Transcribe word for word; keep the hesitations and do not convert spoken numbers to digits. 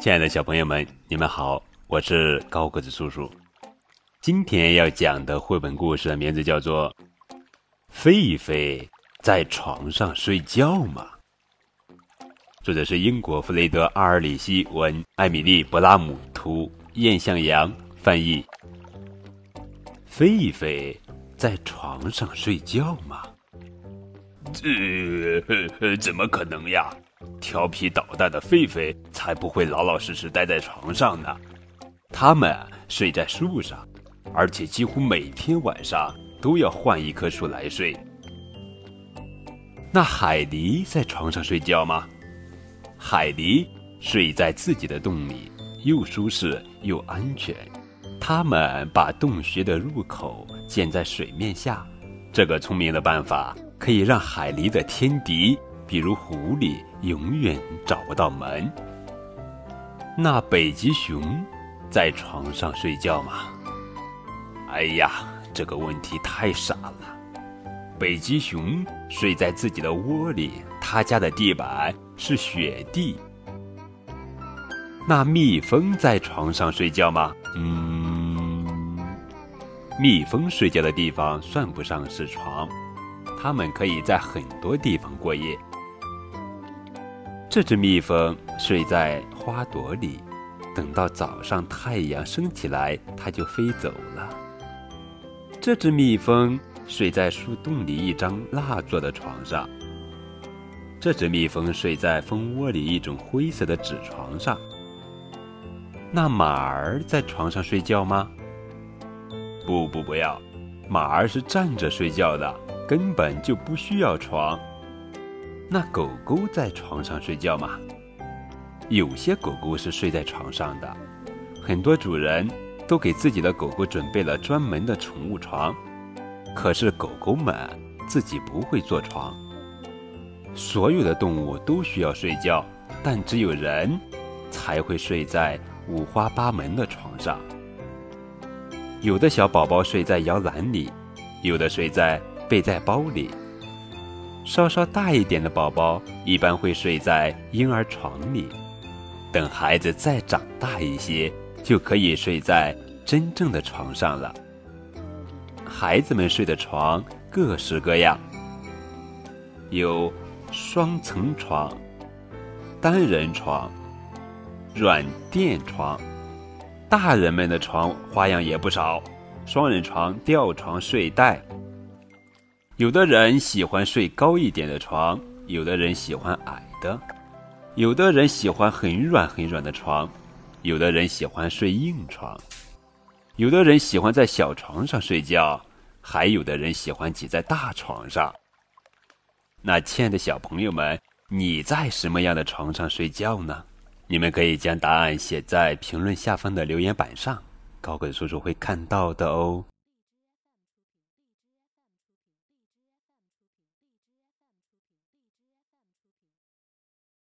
亲爱的小朋友们，你们好，我是高个子叔叔。今天要讲的绘本故事的名字叫做狒狒在床上睡觉吗？作者是英国弗雷德·阿尔里希文，艾米丽·勃拉姆图，燕向阳翻译。狒狒在床上睡觉吗？呃，怎么可能呀？调皮捣蛋的狒狒才不会老老实实待在床上呢。它们睡在树上，而且几乎每天晚上都要换一棵树来睡。那海狸在床上睡觉吗？海狸睡在自己的洞里，又舒适又安全。它们把洞穴的入口建在水面下，这个聪明的办法可以让海狸的天敌，比如狐狸，永远找不到门。那北极熊在床上睡觉吗？哎呀，这个问题太傻了。北极熊睡在自己的窝里，他家的地板是雪地。那蜜蜂在床上睡觉吗？嗯，蜜蜂睡觉的地方算不上是床，它们可以在很多地方过夜。这只蜜蜂睡在花朵里，等到早上太阳升起来，它就飞走了。这只蜜蜂睡在树洞里一张蜡做的床上。这只蜜蜂睡在蜂窝里一种灰色的纸床上。那马儿在床上睡觉吗？不不不要，马儿是站着睡觉的，根本就不需要床。那狗狗在床上睡觉吗？有些狗狗是睡在床上的，很多主人都给自己的狗狗准备了专门的宠物床，可是狗狗们自己不会做床。所有的动物都需要睡觉，但只有人才会睡在五花八门的床上。有的小宝宝睡在摇篮里，有的睡在背带包里。稍稍大一点的宝宝一般会睡在婴儿床里，等孩子再长大一些，就可以睡在真正的床上了。孩子们睡的床各式各样，有双层床、单人床、软垫床。大人们的床花样也不少，双人床、吊床、睡袋。有的人喜欢睡高一点的床，有的人喜欢矮的，有的人喜欢很软很软的床，有的人喜欢睡硬床，有的人喜欢在小床上睡觉，还有的人喜欢挤在大床上。那亲爱的小朋友们，你在什么样的床上睡觉呢？你们可以将答案写在评论下方的留言板上，高个子叔叔会看到的哦。